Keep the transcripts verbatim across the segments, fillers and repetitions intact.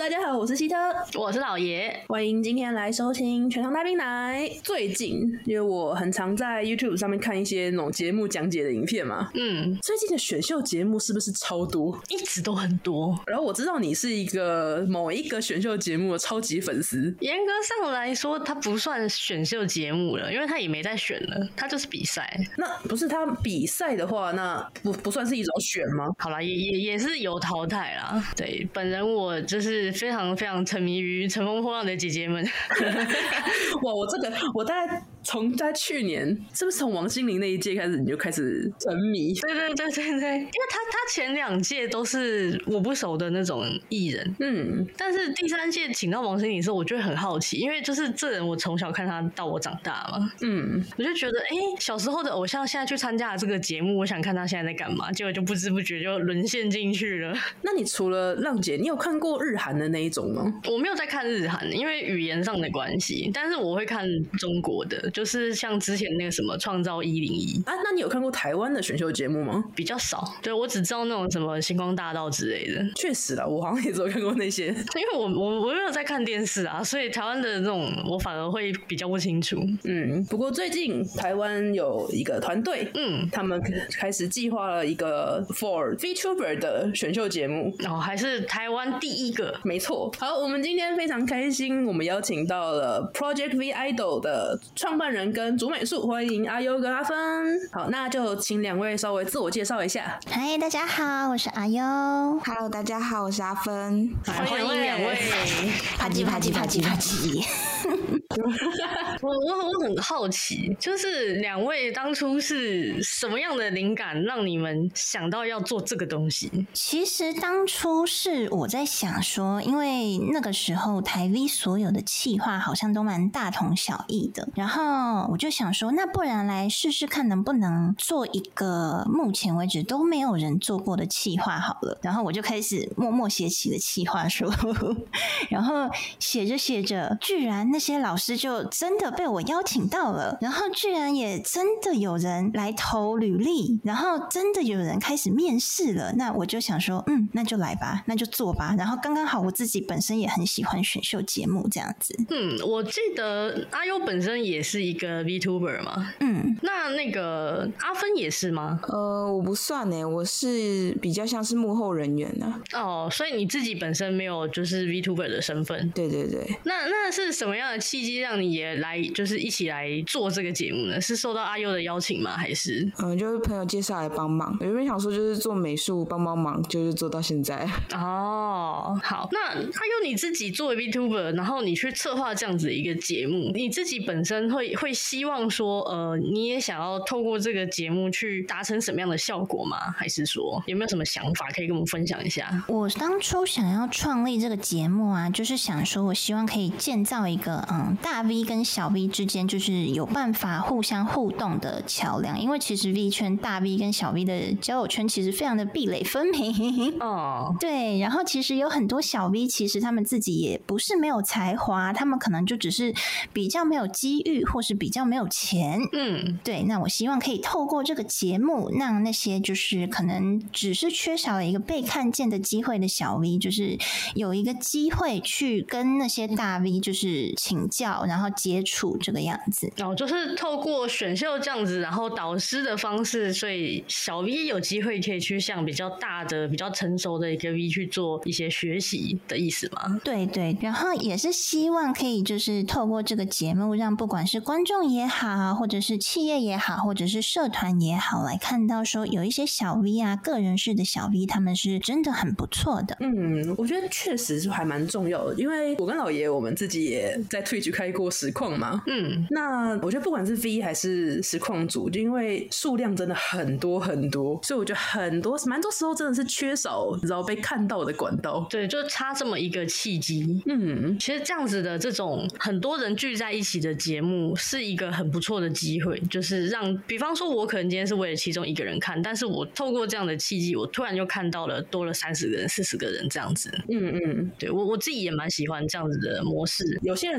大家好，我是希特， 我是老爷， 欢迎今天来收听全糖大冰奶。最近因为我很常在 YouTube 上面看一些那种节目讲解的影片嘛，嗯，最近的选秀节目是不是超多？ 一直都很多。 然后我知道你是一个某一个选秀节目的超级粉丝。 严格上来说，它不算选秀节目了，因为它也没在选了，它就是比赛。 那不是他比赛的话，那不不算是一种选吗？ 好啦，也也也是有淘汰啦。对，本人我就是非常非常沉迷于乘风破浪的姐姐们。 哇，我这个我大概从在去年，是不是从王心凌那一届开始你就开始沉迷？ 对对对对对，因为他他前两届都是我不熟的那种艺人，嗯，但是第三届请到王心凌的时候，我就会很好奇，因为就是这人我从小看他到我长大嘛，嗯，我就觉得哎、欸，小时候的偶像现在去参加了这个节目，我想看他现在在干嘛，结果就不知不觉就沦陷进去了。 那你除了浪姐，你有看过日韩的那一种吗？ 我没有在看日韩，因为语言上的关系，但是我会看中国的，就是像之前那个什么创造一零一啊。那你有看过台湾的选秀节目吗？ 比较少，对，我只知道那种什么星光大道之类的。 确实啦，我好像也只有看过那些，因为我我我没有在看电视啊，所以台湾的这种我反而会比较不清楚。 嗯，不过最近台湾有一个团队，嗯，他们开始计划了一个 for VTuber 的选秀节目， 哦，还是台湾第一个， 没错。好，我们今天非常开心，我们邀请到了 Project V Idol 的创办人跟主美术，欢迎阿优跟阿芬。好，那就请两位稍微自我介绍一下。 嗨，大家好，我是阿优。 Hello， 大家好，我是阿芬。 欢迎两位， 啪叽啪叽啪叽啪叽。 我我我很好奇，就是两位当初是什么样的灵感让你们想到要做这个东西？ 其实当初是我在想说，因为那个时候台 V 所有的企划好像都蛮大同小异的，然后我就想说，那不然来试试看能不能做一个目前为止都没有人做过的企划好了。然后我就开始默默写起了企划书，然后写着写着，居然那些老师就真的被我邀请到了，然后居然也真的有人来投履历，然后真的有人开始面试了。那我就想说，嗯，那就来吧，那就做吧。然后刚刚好我自己本身也很喜欢选秀节目这样子。 嗯，我记得阿优本身也是一个 VTuber 嘛，嗯，那那个阿芬也是吗？ 呃，我不算耶，我是比较像是幕后人员啊。 哦，所以你自己本身没有就是 VTuber 的身份？ 对对对。 那那是什么样的契机让你也来就是一起来做这个节目呢？是受到阿优的邀请吗？还是嗯，就是朋友介绍来帮忙。我原本想说就是做美术帮帮忙，就是做到现在。 哦，好，那阿优你自己作为 VTuber， 然后你去策划这样子的一个节目，你自己本身会会希望说，呃，你也想要透过这个节目去达成什么样的效果吗？还是说有没有什么想法可以跟我们分享一下？ 我当初想要创立这个节目啊，就是想说我希望可以建造一个嗯大 V 跟小 V 之间就是有办法互相互动的桥梁，因为其实 V 圈大 V 跟小 V 的交友圈其实非常的壁垒分明哦，对，然后其实有很多小 V 其实他们自己也不是没有才华，他们可能就只是比较没有机遇或是比较没有钱，嗯，对，那我希望可以透过这个节目让那些就是可能只是缺少了一个被看见的机会的小 V 就是有一个机会去跟那些大 V 就是请教然后接触这个样子哦，就是透过选秀这样子然后导师的方式，所以小 V 有机会可以去向比较大的比较成熟的一个 V 去做一些学习的意思吗？ 对对，然后也是希望可以就是透过这个节目让不管是观众也好或者是企业也好或者是社团也好来看到说有一些小 V 啊个人式的小 V 他们是真的很不错的。 嗯，我觉得确实是还蛮重要的，因为我跟老爷我们自己也在 Twitch 开过实况嘛，嗯，那我觉得不管是 V 还是实况组，就因为数量真的很多很多，所以我觉得很多蛮多时候真的是缺少你知道被看到的管道， 对，就差这么一个契机。嗯，其实这样子的这种很多人聚在一起的节目是一个很不错的机会，就是让比方说我可能今天是为了其中一个人看，但是我透过这样的契机我突然就看到了多了三十个人四十个人这样子。嗯嗯，对，我我自己也蛮喜欢这样子的模式。 有些人其实非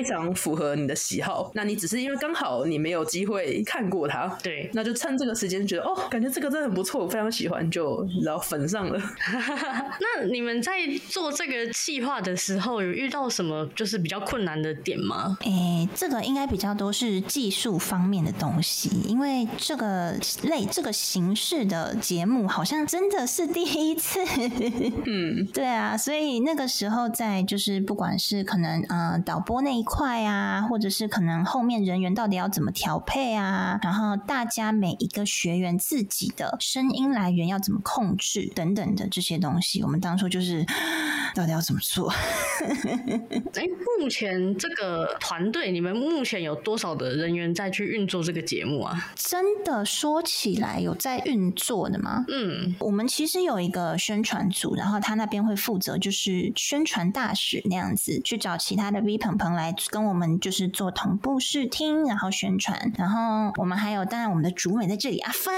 常符合你的喜好，那你只是因为刚好你没有机会看过它， 对， 那就趁这个时间觉得哦，感觉这个真的很不错，我非常喜欢，就然后粉上了。 那你们在做这个企划的时候，有遇到什么就是比较困难的点吗？ 诶，这个应该比较多是技术方面的东西，因为这个类这个形式的节目好像真的是第一次。嗯，对啊，所以那个时候在就是不管是可能呃导播那一块啊，或者是可能后面人员到底要怎么调配啊，然后大家每一个学员自己的声音来源要怎么控制等等的这些东西，我们当初就是到底要怎么做？ 哎，目前这个团队，你们目前有多少的人员在去运作这个节目啊？ 真的说起来，有在运作的吗？嗯，我们其实有一个宣传组，然后他那边会负责就是宣传大使那样子，去找其他的 V 朋朋来跟我们就是做同步视听，然后宣传。然后我们还有，当然我们的主美在这里，阿芬，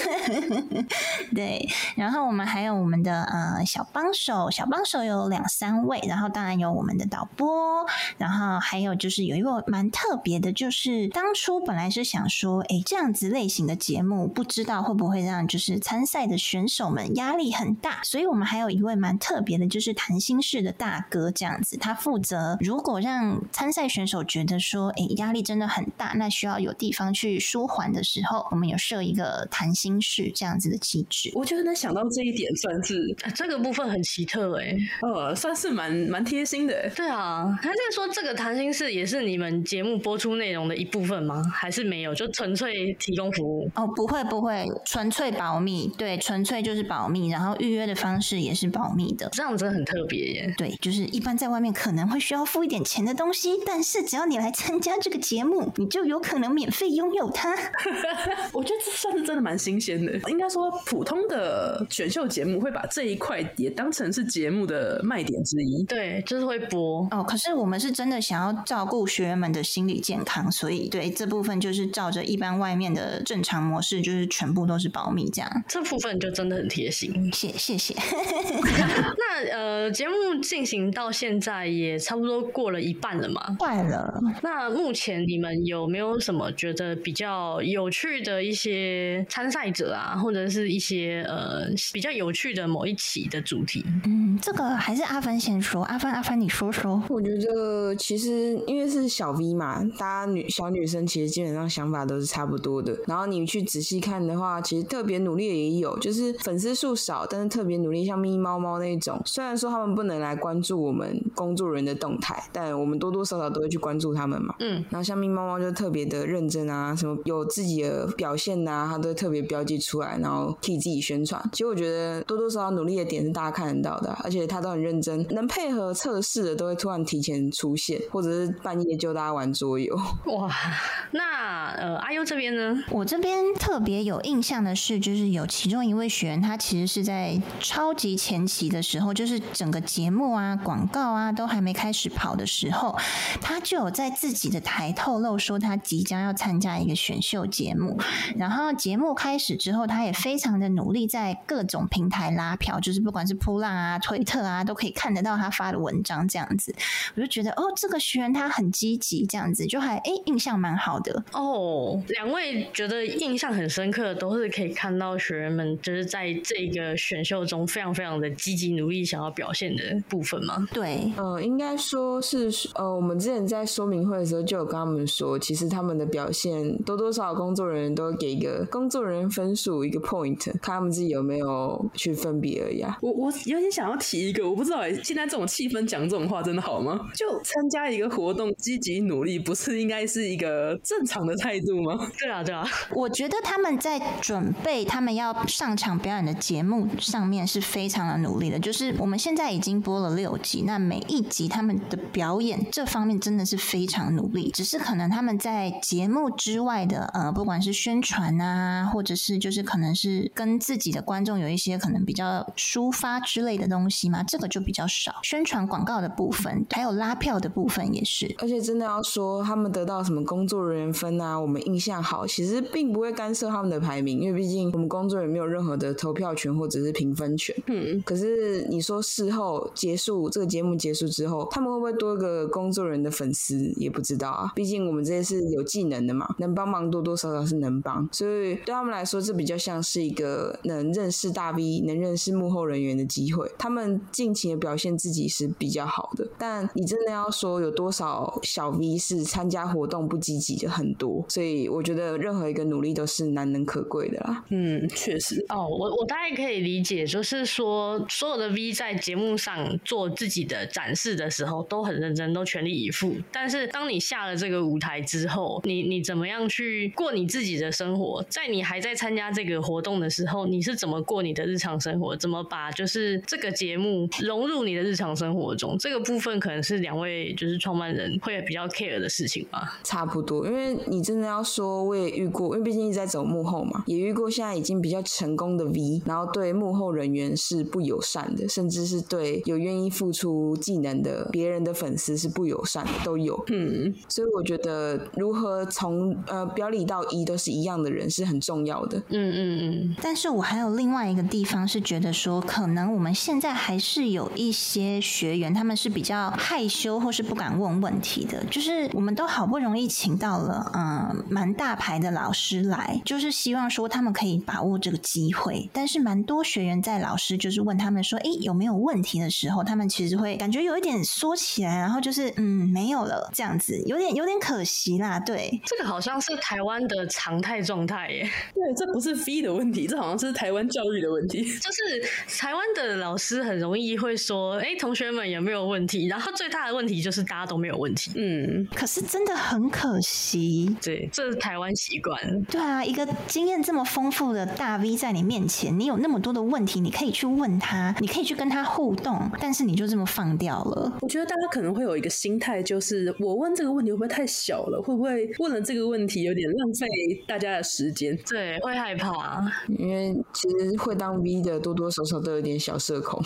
对，然后我们还有我们的呃小帮手，小帮手有两三位，然后当然有我们的导播，然后还有就是有一位蛮特别的，就是当初本来是想说，哎，这样子类型的节目，不知道会不会让就是参赛的选手们压力很大，所以我们还有一位蛮特别的，就是谈心室的大哥这样子，他负责如果让参赛选手觉得说，哎，压力真的很大，那需要有地方去舒缓的时候，我们有设一个谈心室这样子的机制。 我觉得能想到这一点算是、 啊、这个部分很奇特哎、欸， 呃，算是蛮蛮贴心的、欸。 对啊，还是说这个谈心室也是你们节目播出内容的一部分吗？还是没有，就纯粹提供服务？ 哦，不会不会，纯粹保密，对，纯粹就是保密，然后预约的方式也是保密的， 这样真的很特别耶。 对，就是一般在外面可能会需要付一点钱的东西，但是只要你来参加这个节目，你就有可能免费拥有它。 我觉得这算是真的蛮新鲜的。应该说，普通的选秀节目会把这一块也当成是节目的卖点之一。 对，就是会播哦。可是我们是真的想要照顾学员们的心理健康，所以对这部分就是照着一般外面的正常模式，就是全部都是保密这样。 这部分就真的很贴心， 谢谢谢。 那呃，节目进行到现在也差不多过了一半了嘛？ 快了。 那目前你们有没有什么觉得比较有趣的一些参赛者啊，或者是一些呃比较有趣的某一期的主题？ 嗯，这个还是阿芬先说。阿芬阿芬你说说。 我觉得其实因为是小 V 嘛，大家女小女生其实基本上想法都是差不多的，然后你去仔细看的话，其实特别努力的也有，就是粉丝数少但是特别努力，像咪猫猫那种，虽然说他们不能来关注我们工作人员的动态，但我们多多少少都会去关注他们嘛。嗯，然后像咪猫猫就特别的认真啊，什么有自己的表现啊，他都会特别标记出来，然后替自己宣传。其实我觉得多多少少努力的点是大家看得到的，而且他都很认真，能配合测试的都会突然提前出现，或者是半夜教大家玩桌游。 哇，那呃阿优这边呢？ 我这边特别有印象的是，就是有其中一位学员，他其实是在超级前期的时候，就是整个节目啊、广告啊都还没开始跑的时候，他就有在自己的台透露说他即将要参加一个选秀节目，然后节目开始之后，他也非常的努力在各种平台拉票，就是不管是噗浪啊、推特啊，都可以看得到他发的文章这样子。我就觉得哦，这个学员他很积极，这样子就还哎印象蛮好的哦。两位觉得印象很深刻的，都是可以看到学员们就是在这个选秀中非常非常的积极努力想要表现的部分吗？ 对， 呃，应该说是呃，我们之前在说明会的时候就有跟他们说，其实他们的表现多多少少工作人员都会给一个工作人员分数一个 point， 看他们自己有没有去分别而已啊。 我我有点想要提一个，我不知道现在这种气氛讲这种话真的好吗？就参加一个活动积极努力，不是应该是一个正常的态度吗？ 对啊对啊， 我觉得他们在准备他们要上场表演的节目上面是非常的努力的，就是我们现在已经播了六集，那每一集他们的表演这方面真的是非常努力，只是可能他们在节目之外的呃，不管是宣传啊，或者是就是可能是跟自己的观众有一些可能比较抒发之类的东西嘛，这个就比较少。宣传广告的部分还有拉票的部分也是， 而且真的要说他们得到什么工作人员分啊，我们印象好，其实并不会干涉他们的排名，因为毕竟我们工作人员没有任何的投票权或者是评分权。嗯，可是你说事后结束这个节目结束之后，他们会不会多一个工作人员人的粉丝也不知道啊，毕竟我们这些是有技能的嘛，能帮忙多多少少是能帮，所以对他们来说这比较像是一个能认识大 V 能认识幕后人员的机会，他们尽情的表现自己是比较好的，但你真的要说有多少小 V 是参加活动不积极的很多，所以我觉得任何一个努力都是难能可贵的啦。 嗯，确实哦，我我大概可以理解，就是说所有的 V 在节目上做自己的展示的时候都很认真，都全力以赴，但是当你下了这个舞台之后，你你怎么样去过你自己的生活，在你还在参加这个活动的时候，你是怎么过你的日常生活，怎么把就是这个节目融入你的日常生活中，这个部分可能是两位就是创办人会比较 care 的事情吧。 差不多，因为你真的要说我也遇过，因为毕竟一直在走幕后嘛，也遇过现在已经比较成功的 V， 然后对幕后人员是不友善的，甚至是对有愿意付出技能的别人的粉丝是不友善的，都有。嗯，所以我觉得如何从呃表里到一都是一样的人是很重要的。 嗯嗯嗯。 但是我还有另外一个地方是觉得说，可能我们现在还是有一些学员他们是比较害羞或是不敢问问题的，就是我们都好不容易请到了嗯蛮大牌的老师来，就是希望说他们可以把握这个机会，但是蛮多学员在老师就是问他们说诶有没有问题的时候，他们其实会感觉有一点缩起来，然后就是嗯没有了这样子，有点有点可惜啦。对， 这个好像是台湾的常态状态耶。 对，这不是 V 的问题，这好像是台湾教育的问题。 就是台湾的老师很容易会说哎，同学们有没有问题，然后最大的问题就是大家都没有问题。 嗯，可是真的很可惜。 对，这是台湾习惯。 对啊，一个经验这么丰富的大 V 在你面前，你有那么多的问题你可以去问他，你可以去跟他互动，但是你就这么放掉了。 我觉得大家可能会有一个心态，就是我问这个问题会不会太小了，会不会问了这个问题有点浪费大家的时间。 对，会害怕， 因为其实会当 V 的多多少少都有点小社恐。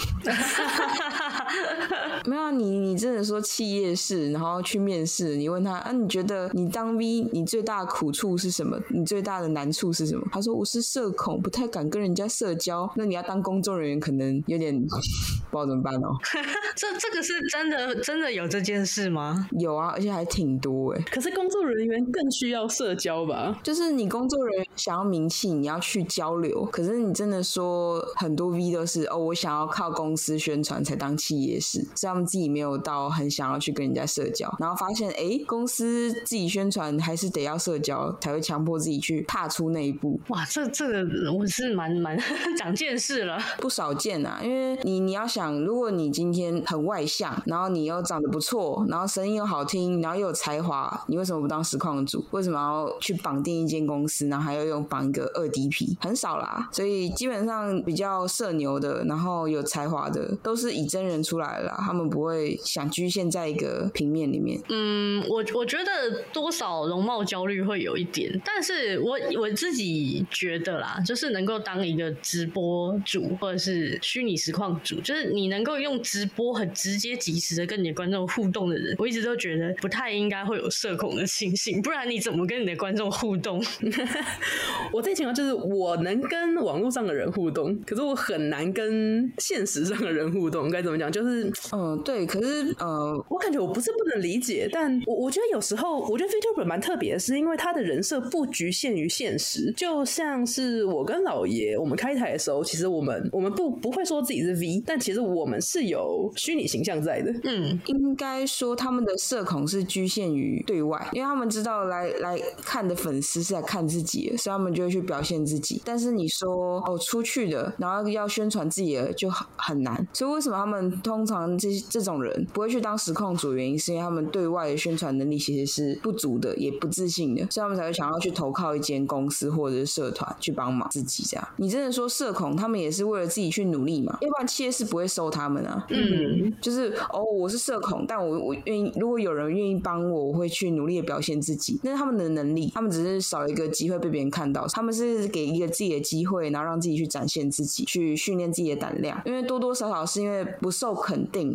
没有啊，你你真的说企业式，然后去面试，你问他啊，你觉得你当 V 你最大的苦处是什么？你最大的难处是什么？他说我是社恐，不太敢跟人家社交。那你要当工作人员，可能有点不知道怎么办哦。 这这个是真的真的有这件事吗？ 有啊，而且还挺多哎。 可是工作人员更需要社交吧？ 就是你工作人员想要名气，你要去交流。可是你真的说很多 V 都是哦，我想要靠公司宣传才当企业式，所以他们自己没有到很想要去跟人家社交，然后发现哎，公司自己宣传还是得要社交，才会强迫自己去踏出那一步。 哇，这这个我是蛮蛮长见识了， 不少见啊。因为你你要想，如果你今天很外向，然后你又长得不错，然后声音又好听，然后又有才华，你为什么不当实况主？为什么要去绑定一间公司，然后还要用绑一个二 D P？ 很少啦。所以基本上比较社牛的，然后有才华的，都是以真人出来的啦，他们不会想局限在一个平面里面。 嗯，我我觉得多少容貌焦虑会有一点，但是我我自己觉得啦，就是能够当一个直播主或者是虚拟实况主，就是你能够用直播很直接即时的跟你的观众互动的人，我一直都觉得不太应该会有社恐的情形，不然你怎么跟你的观众互动？ 我这情况就是我能跟网络上的人互动，可是我很难跟现实上的人互动。该怎么讲？就是嗯，对。可是呃， 我感觉我不是不能理解，但我我觉得有时候，我觉得 VTuber 蛮特别的是，因为他的人设不局限于现实。就像是我跟老爷，我们开台的时候，其实我们我们不不会说自己是 V， 但其实我们是有虚拟形象在的。 嗯， 应该说他们的社恐是局限于对外，因为他们知道来来看的粉丝是来看自己的，所以他们就会去表现自己。但是你说哦出去的，然后要宣传自己的就很很难。所以为什么他们通常这这种人不会去当实况主？原因是因为他们对外的宣传能力其实是不足的，也不自信的，所以他们才会想要去投靠一间公司或者是社团去帮忙自己这样。你真的说社恐，他们也是为了自己去努力嘛，要不然企业是不会收他们啊。嗯，就是哦，我是社恐，但我我愿意，如果有人愿意帮我，我会去努力的表现自己。那是他们的能力，他们只是少一个机会被别人看到，他们是给一个自己的机会，然后让自己去展现自己，去训练自己的胆量。因为多多少少是因为不受肯定，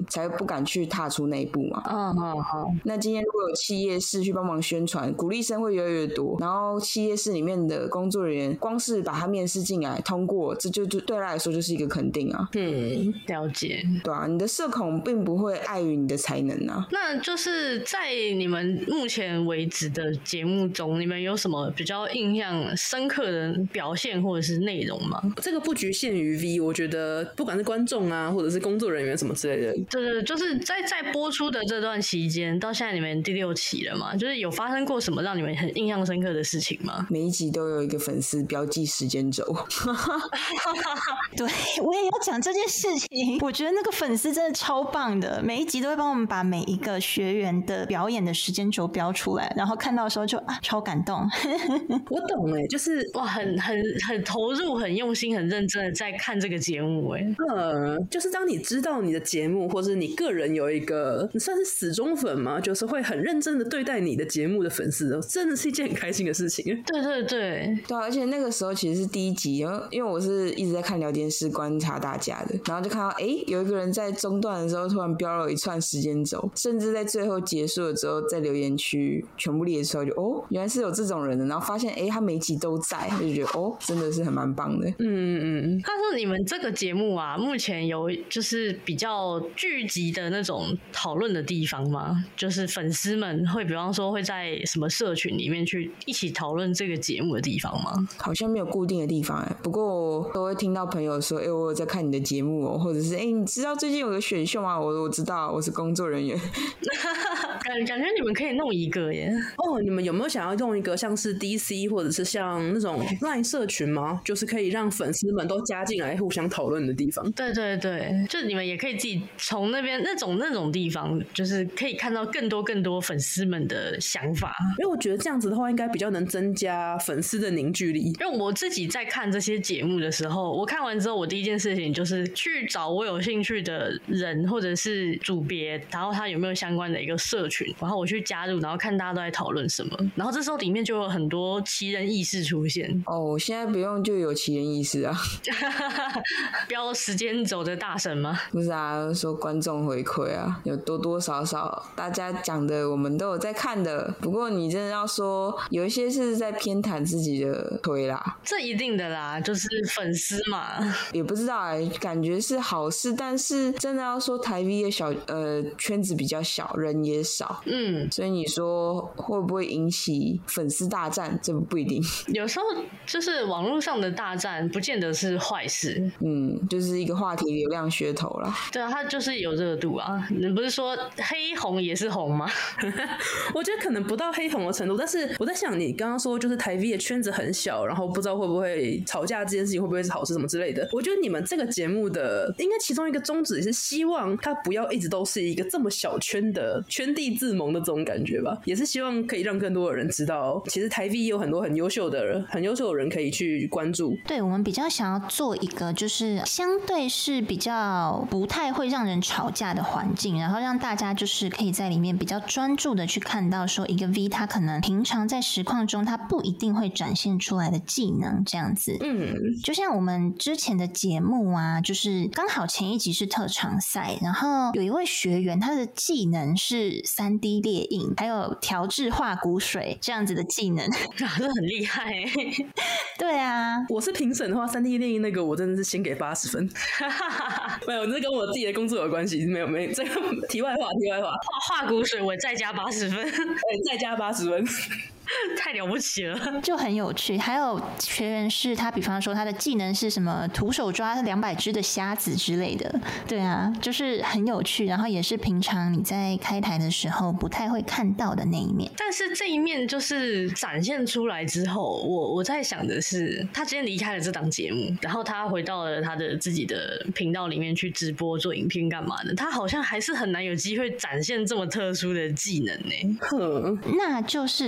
才不敢去踏出那一步嘛。 嗯嗯嗯。 那今天如果有企业室去帮忙宣传，鼓励生会越来越多，然后企业室里面的工作人员光是把他面试进来通过，这就就对他来说就是一个肯定啊。 嗯，了解。 对啊，你的社恐并不会碍于你的才能啊。 那就是在你们目前为止的节目中，你们有什么比较印象深刻的表现或者是内容吗？ 这个不局限于 V， 我觉得不管是观众啊，或者是工作人员什么之类的， 对对，就是在在播出的这段期间，到现在你们第六期了嘛，就是有发生过什么让你们很印象深刻的事情吗？ 每一集都有一个粉丝标记时间轴。 对，我也要讲这件事情。我觉得那个粉丝真的超棒的，每一集都会帮我们把每一个学员的表演的时间轴标出来，然后看到的时候就啊超感动。 我懂哎、欸，就是哇，很很很投入、很用心、很认真的在看这个节目哎、欸。 呃，就是当你知道你的节目，或者你个人有一个你算是死忠粉嘛，就是会很认真的对待你的节目的粉丝，真的是一件很开心的事情。 对对对， 对啊，而且那个时候其实是第一集，因为我是一直在看聊天室观察大家的，然后就看到哎、欸，有一个人在中段的时候突然标了一串时间轴，甚至在最后结束了之后，在留言区全部列出来，就哦，原来是有这种人的，然后发现哎、欸，他每集都在，就觉得哦，真的是很蛮棒的。 嗯嗯嗯。 他说你们这个节目啊，目前有就是比较聚集的那种讨论的地方吗？就是粉丝们会比方说会在什么社群里面去一起讨论这个节目的地方吗？ 好像没有固定的地方哎、欸，不过都会听到朋友说，哎、欸，我有在看你的节目哦、喔，或者是哎、欸，你知道最近有个选秀吗？我我知道，我是工作人员。 感感觉你们可以弄一个耶。 哦，你们有没有想要用一个像是 D C 或者是像那种 LINE 社群吗？就是可以让粉丝们都加进来互相讨论的地方。 对对对，就你们也可以自己从那边那种那种地方，就是可以看到更多更多粉丝们的想法。 因为我觉得这样子的话，应该比较能增加粉丝的凝聚力。 因为我自己在看这些节目的时候，我看完之后，我第一件事情就是去找我有兴趣的人或者是组别，然后他有没有相关的一个社群，然后我去加入，然后看大家都在讨论什么，然后这时候里面就有很多奇人异事出现。 哦，我现在不用就有奇人异事啊。 标时间轴的大神吗？ 不是啊，说观众回馈啊，有多多少少大家讲的我们都有在看的，不过你真的要说有一些是在偏袒自己的推啦， 这一定的啦，就是粉丝嘛。 也不知道哎、欸，感觉是好事，但是真的要说台 V 的小呃圈子比较小，人也少，嗯，所以你说会不会引起粉丝大战？这不一定。 有时候就是网络上的大战，不见得是坏事。 嗯，就是一个话题流量噱头啦。 对啊，它就是有热度啊。你不是说黑红也是红吗？ 我觉得可能不到黑红的程度，但是我在想，你刚刚说就是台 V 的圈子很小，然后不知道会不会吵架这件事情会不会是好事什么之类的。我觉得你们这个节目的应该其中一个宗旨也是希望它不要一直都是一个这么小圈的圈地自萌的这种感觉吧，也是希望可以让更多的人知道，其实台 V 有很多很优秀的人，很优秀的人可以去关注。 对，我们比较想要做一个就是相对是比较不太会让人吵架的环境，然后让大家就是可以在里面比较专注的去看到说一个 V 他可能平常在实况中他不一定会展现出来的技能这样子。嗯，就像我们之前的节目啊，就是刚好前一集是特长赛，然后有一位学员他的技能是 三 D 列印还有调制化骨水这样子的技能。 啊，这很厉害欸。 对啊， 我是评审的话 三 D 列印那个我真的是先给八十分。没有，这跟我自己的工作有关系，没有没有这个题外话题外话。 化骨水我再加八十分。 对，再加八十分。 太了不起了， 就很有趣。还有学员是他，比方说他的技能是什么，徒手抓两百只的虾子之类的，对啊，就是很有趣。然后也是平常你在开台的时候不太会看到的那一面。 但是这一面就是展现出来之后，我我在想的是，他今天离开了这档节目，然后他回到了他的自己的频道里面去直播做影片干嘛的，他好像还是很难有机会展现这么特殊的技能呢。 那就是他自己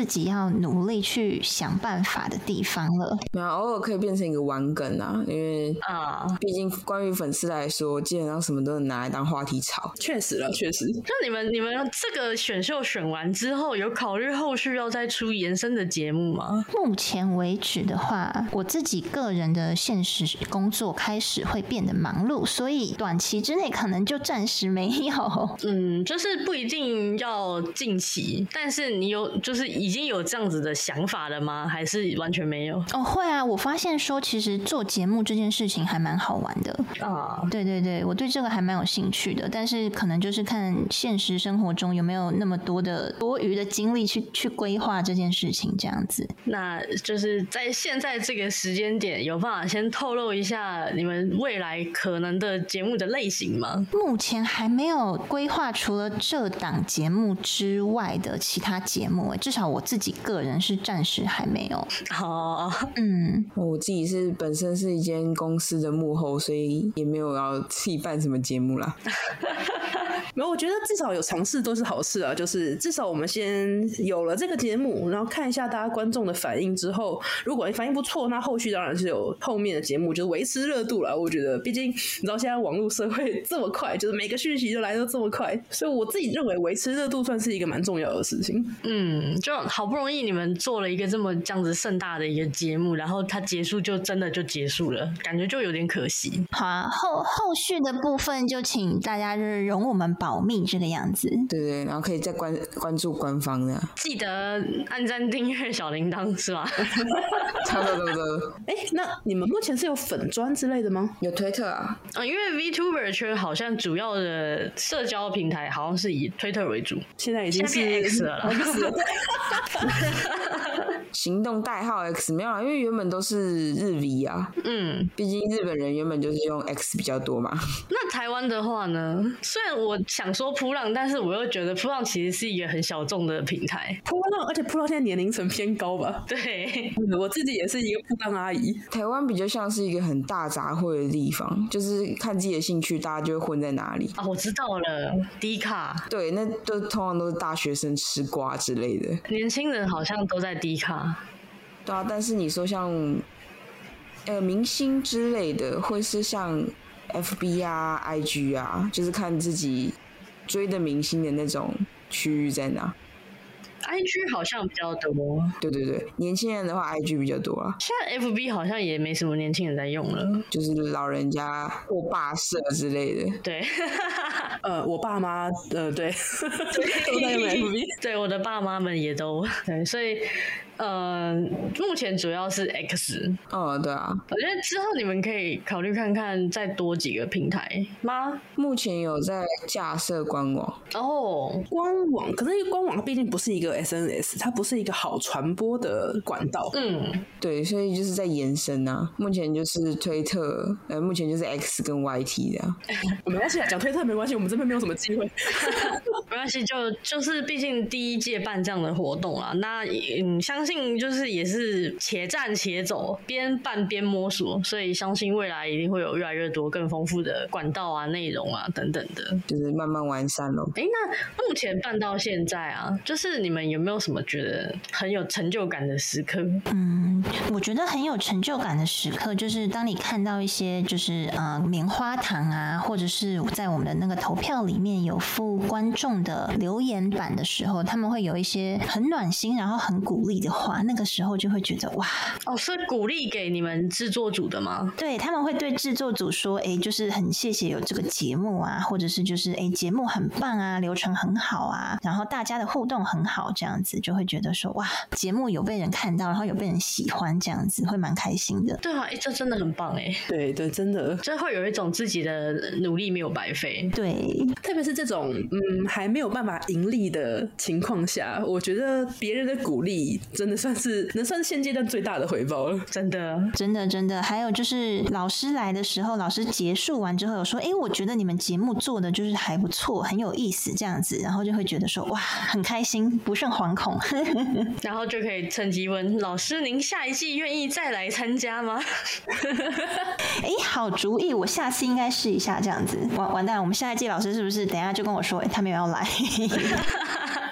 己要努力去想办法的地方了。 那偶尔可以变成一个玩梗啊，因为啊，毕竟关于粉丝来说，基本上什么都能拿来当话题炒。 确实了，确实。 那你们你们这个选秀选完之后，有考虑后续要再出延伸的节目吗？ 目前为止的话，我自己个人的现实工作开始会变得忙碌，所以短期之内可能就暂时没有。 嗯，就是不一定要近期，但是你有就是已经有这样子的想法了吗？还是完全没有？ 哦，会啊，我发现说其实做节目这件事情还蛮好玩的啊。对对对，我对这个还蛮有兴趣的，但是可能就是看现实生活中有没有那么多的多余的精力去去规划这件事情，这样子。 那就是在现在这个时间点，有办法先透露一下你们未来可能的节目的类型吗？ 目前还没有规划除了这档节目之外的其他节目，至少我自己个人是暂时还没有。 哦， 嗯， 我自己是本身是一间公司的幕后，所以也没有要自己办什么节目啦。 没有，我觉得至少有尝试都是好事啊。就是至少我们先有了这个节目，然后看一下大家观众的反应之后，如果反应不错，那后续当然是有后面的节目，就是维持热度啦。我觉得，毕竟你知道现在网络社会这么快，就是每个讯息就来得这么快，所以我自己认为维持热度算是一个蛮重要的事情。 嗯，就好不容易你们做了一个这么这样子盛大的一个节目，然后它结束就真的就结束了，感觉就有点可惜。 好啊，后后续的部分就请大家就是容我们保密这个样子。 对对，然后可以再关关注官方的， 记得按赞、订阅、小铃铛是吗？ 差不多差不多。 哎，那你们目前是有粉专之类的吗？ 有推特啊？ 嗯，因为 VTuber 圈好像主要的社交平台好像是以推特为主， 现在已经是 X 了啦。 行动代号 X 没有啦，因为原本都是日 V 啊，嗯，毕竟日本人原本就是用 X 比较多嘛。 那台湾的话呢？虽然我想说噗浪，但是我又觉得噗浪其实是一个很小众的平台。 噗浪，而且噗浪现在年龄层偏高吧？ 对， 我自己也是一个噗浪阿姨。 台湾比较像是一个很大杂烩的地方，就是看自己的兴趣，大家就会混在哪里。 啊，我知道了，迪卡。 对，那都通常都是大学生吃瓜之类的， 年轻人好像都在迪卡。 对啊，但是你说像呃明星之类的，会是像 F B 啊、I G 啊，就是看自己追的明星的那种区域在哪。 I G 好像比较多， 对对对，年轻人的话 I G 比较多啊。 现在 F B 好像也没什么年轻人在用了， 就是老人家或爸社之类的。 对， 呃，我爸妈呃对都在用 F B， 对，我的爸妈们也都对，所以呃，目前主要是 X。 哦，对啊， 我觉得之后你们可以考虑看看再多几个平台吗？ 目前有在架设官网哦， 官网，可是官网毕竟不是一个 S N S， 它不是一个好传播的管道。 嗯， 对，所以就是在延伸啊。目前就是推特，呃，目前就是 X 跟 Y T 这样。 没关系啊，讲推特没关系，我们这边没有什么机会。 没关系，就就是毕竟第一届办这样的活动啊，那嗯，相信就是也是且战且走，边办边摸索，所以相信未来一定会有越来越多更丰富的管道啊、内容啊等等的， 就是慢慢完善咯。 哎，那目前办到现在啊，就是你们有没有什么觉得很有成就感的时刻？ 嗯，我觉得很有成就感的时刻，就是当你看到一些就是呃棉花糖啊，或者是在我们的那个投票里面有附观众的留言板的时候，他们会有一些很暖心，然后很鼓励的话，那个时候就会觉得哇， 哦，是鼓励给你们制作组的吗？ 对，他们会对制作组说，哎，就是很谢谢有这个节目啊，或者是就是哎节目很棒啊，流程很好啊，然后大家的互动很好，这样子就会觉得说哇，节目有被人看到，然后有被人喜欢，这样子会蛮开心的。 对啊，哎，这真的很棒哎。 对对，真的， 就会有一种自己的努力没有白费。 对， 特别是这种嗯还没有办法盈利的情况下，我觉得别人的鼓励真的算是能算是现阶段最大的回报了。 真的， 真的，真的。还有就是老师来的时候，老师结束完之后有说，哎，我觉得你们节目做的就是还不错，很有意思，这样子，然后就会觉得说哇，很开心，不胜惶恐。 然后就可以趁机问老师，您下一季愿意再来参加吗？ 哎，好主意，我下次应该试一下这样子。完完蛋，我们下一季老师是不是等一下就跟我说，哎，他没有要来？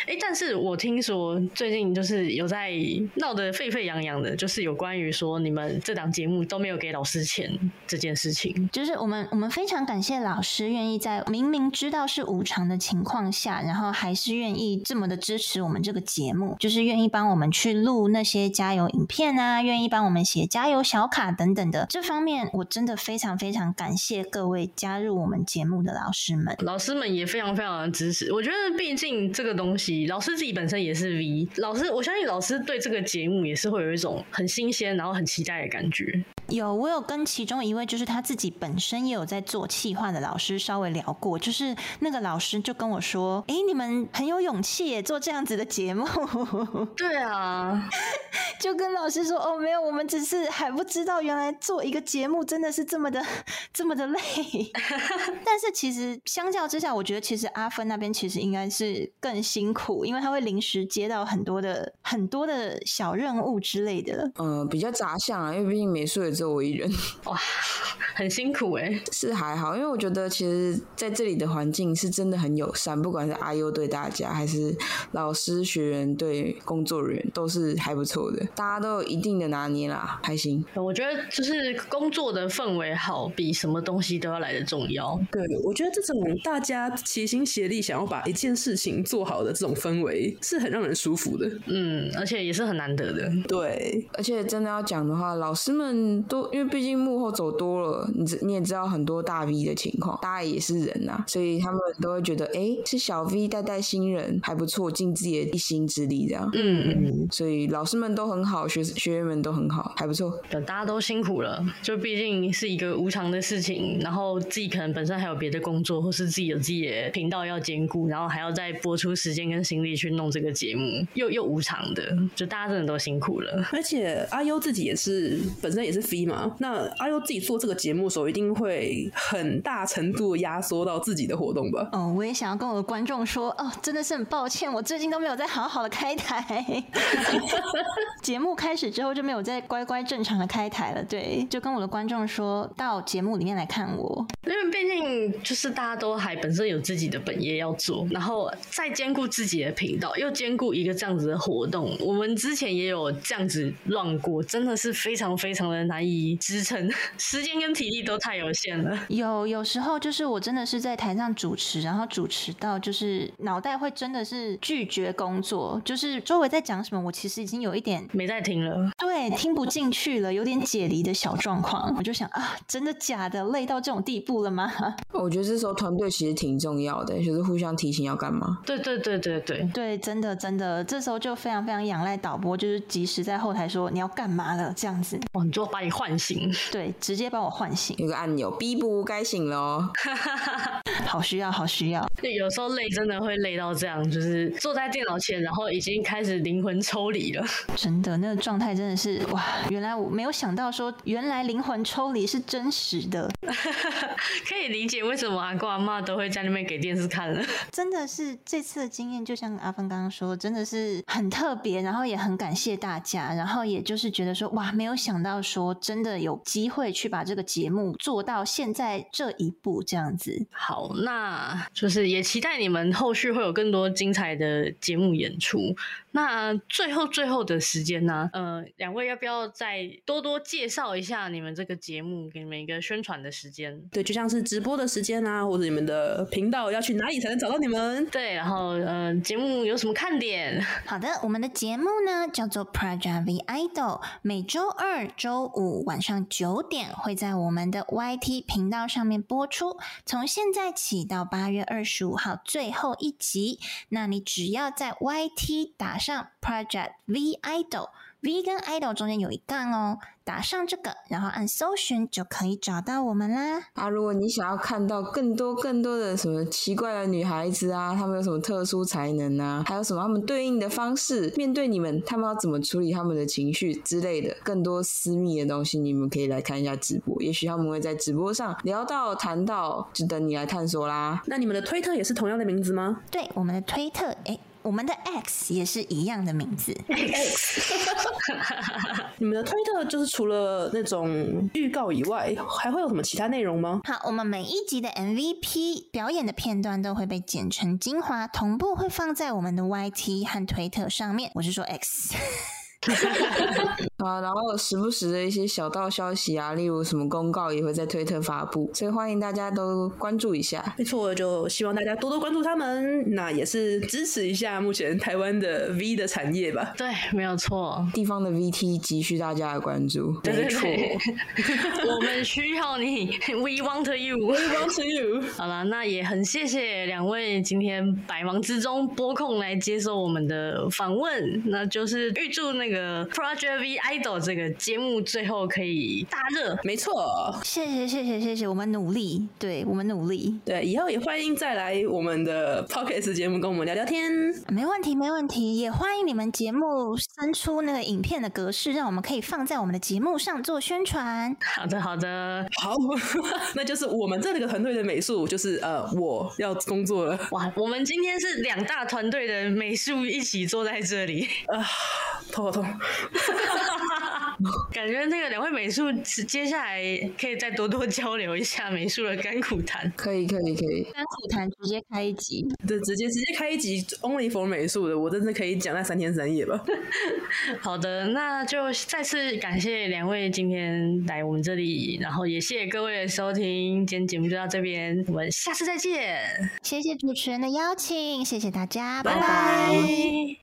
哎，但是我听说最近就是有在闹得沸沸扬扬的，就是有关于说你们这档节目都没有给老师钱这件事情。 就是我们我们非常感谢老师愿意在明明知道是无偿的情况下，然后还是愿意这么的支持我们这个节目，就是愿意帮我们去录那些加油影片啊，愿意帮我们写加油小卡等等的。这方面我真的非常非常感谢各位加入我们节目的老师们。 老师们也非常非常的支持。我觉得毕竟这个东西，老师自己本身也是 V， 老师我相信老师对这个节目也是会有一种很新鲜，然后很期待的感觉。 有，我有跟其中一位就是他自己本身也有在做企划的老师稍微聊过，就是那个老师就跟我说，哎，你们很有勇气耶，做这样子的节目。 对啊， 就跟老师说，哦，没有，我们只是还不知道原来做一个节目真的是这么的这么的累。但是其实相较之下，我觉得其实阿芬那边其实应该是更辛苦，因为他会临时接到很多的很多的小任务之类的。 嗯、呃，比较杂项啊，因为毕竟美术也只有我一人。 哇，很辛苦哎、欸。 是还好，因为我觉得其实在这里的环境是真的很友善，不管是阿优对大家，还是老师、学员对工作人员，都是还不错的，大家都有一定的拿捏啦，还行。 我觉得就是工作的氛围好，比什么东西都要来的重要。 对，我觉得这种大家齐心协力想要把一件事情做好的这种氛围，是很让人舒服的。 嗯，而且也是很难得的。 对， 而且真的要讲的话，老师们都因为毕竟幕后走多了，你你也知道很多大 V 的情况，大家也是人啊，所以他们都会觉得，哎，是小 V 带带新人还不错，尽自己的一心之力这样。 嗯嗯， 所以老师们都很好，学学员们都很好，还不错。 大家都辛苦了，就毕竟是一个无偿的事情，然后自己可能本身还有别的工作，或是自己有自己的频道要兼顾，然后还要再播出时间跟心力去弄这个节目，又又无偿的，就大家真的都辛苦了。 而且阿优自己也是本身也是 V 嘛，那阿优自己做这个节目的时候，一定会很大程度压缩到自己的活动吧？ 哦，我也想要跟我的观众说，哦，真的是很抱歉，我最近都没有在好好的开台。节目开始之后就没有再乖乖正常的开台了，对，就跟我的观众说到节目里面来看我， 因为毕竟就是大家都还本身有自己的本业要做，然后再兼顾自己的频道，又兼顾一个这样子的活动，我们之前也有这样子乱过，真的是非常非常的难以支撑，时间跟体力都太有限了。 有有时候就是我真的是在台上主持，然后主持到就是脑袋会真的是拒绝工作，就是周围在讲什么，我其实已经有一点没在听了， 对，听不进去了，有点解离的小状况。我就想啊，真的假的？累到这种地步了吗？ 我觉得这时候团队其实挺重要的，就是互相提醒要干嘛。 对对对对对对，真的真的，这时候就非常非常仰赖导播，就是及时在后台说你要干嘛了这样子。 哇，你就把你唤醒， 对，直接把我唤醒。 有个按钮，逼不该醒了哦。 好需要，好需要。 有时候累真的会累到这样，就是坐在电脑前，然后已经开始灵魂抽离了。 真的，那个状态真的是哇！原来我没有想到说，原来灵魂抽离是真实的。 可以理解为什么阿公阿嬷都会在那边给电视看了。 真的是这次的经验，就像阿芬刚刚说，真的是很特别，然后也很感谢大家，然后也就是觉得说，哇，没有想到说真的有机会去把这个节目做到现在这一步这样子。 好，那就是也期待你们后续会有更多精彩的节目演出。那最后最后的时间呢，呃，两位要不要再多多介绍一下你们这个节目，给你们一个宣传的时间？ 对，就像是直播的时间啊，或者你们的频道要去哪里才能找到你们？ 对，然后呃，节目有什么看点？ 好的，我们的节目呢叫做 Project V Idol， 每周二、周五晚上九点会在我们的 Y T 频道上面播出，从现在起到八月二十五号最后一集。那你只要在 Y T 打上 Project V Idol，V 跟 Idol 中间有一杠哦，打上这个，然后按搜寻就可以找到我们啦。 啊，如果你想要看到更多更多的什么奇怪的女孩子啊，她们有什么特殊才能啊，还有什么她们对应的方式，面对你们，她们要怎么处理她们的情绪之类的，更多私密的东西，你们可以来看一下直播，也许他们会在直播上聊到谈到，就等你来探索啦。 那你们的推特也是同样的名字吗？ 对，我们的推特，哎。我们的 X 也是一样的名字。 X 你们的推特就是除了那种预告以外，还会有什么其他内容吗？ 好，我们每一集的 M V P 表演的片段都会被剪成精华，同步会放在我们的 Y T 和推特上面。我是说 X。 啊，然后时不时的一些小道消息啊，例如什么公告也会在推特发布，所以欢迎大家都关注一下。 没错，就希望大家多多关注他们，那也是支持一下目前台湾的 V 的产业吧。 对，没有错， 地方的 V T 急需大家的关注。 没错，我们需要你 ，We want you，We want you。 好了，那也很谢谢两位今天百忙之中拨空来接受我们的访问，那就是预祝那个 Project V Idol 这个节目最后可以大热。 没错， 谢谢谢谢谢谢，我们努力，对我们努力， 对，以后也欢迎再来我们的 Podcast 节目跟我们聊聊天。 没问题没问题，也欢迎你们节目生出那个影片的格式，让我们可以放在我们的节目上做宣传。 好的好的， 好，那就是我们这个团队的美术，就是呃我要工作了。 哇，我们今天是两大团队的美术一起坐在这里啊，头好痛。 感觉那个两位美术接下来可以再多多交流一下美术的甘苦谈。 可以可以可以， 甘苦谈直接开一集， 对，直接直接开一集 only for 美术的，我真的可以讲那三天三夜吧。 好的，那就再次感谢两位今天来我们这里，然后也谢谢各位的收听，今天节目就到这边，我们下次再见。 谢谢主持人的邀请，谢谢大家， 拜拜拜。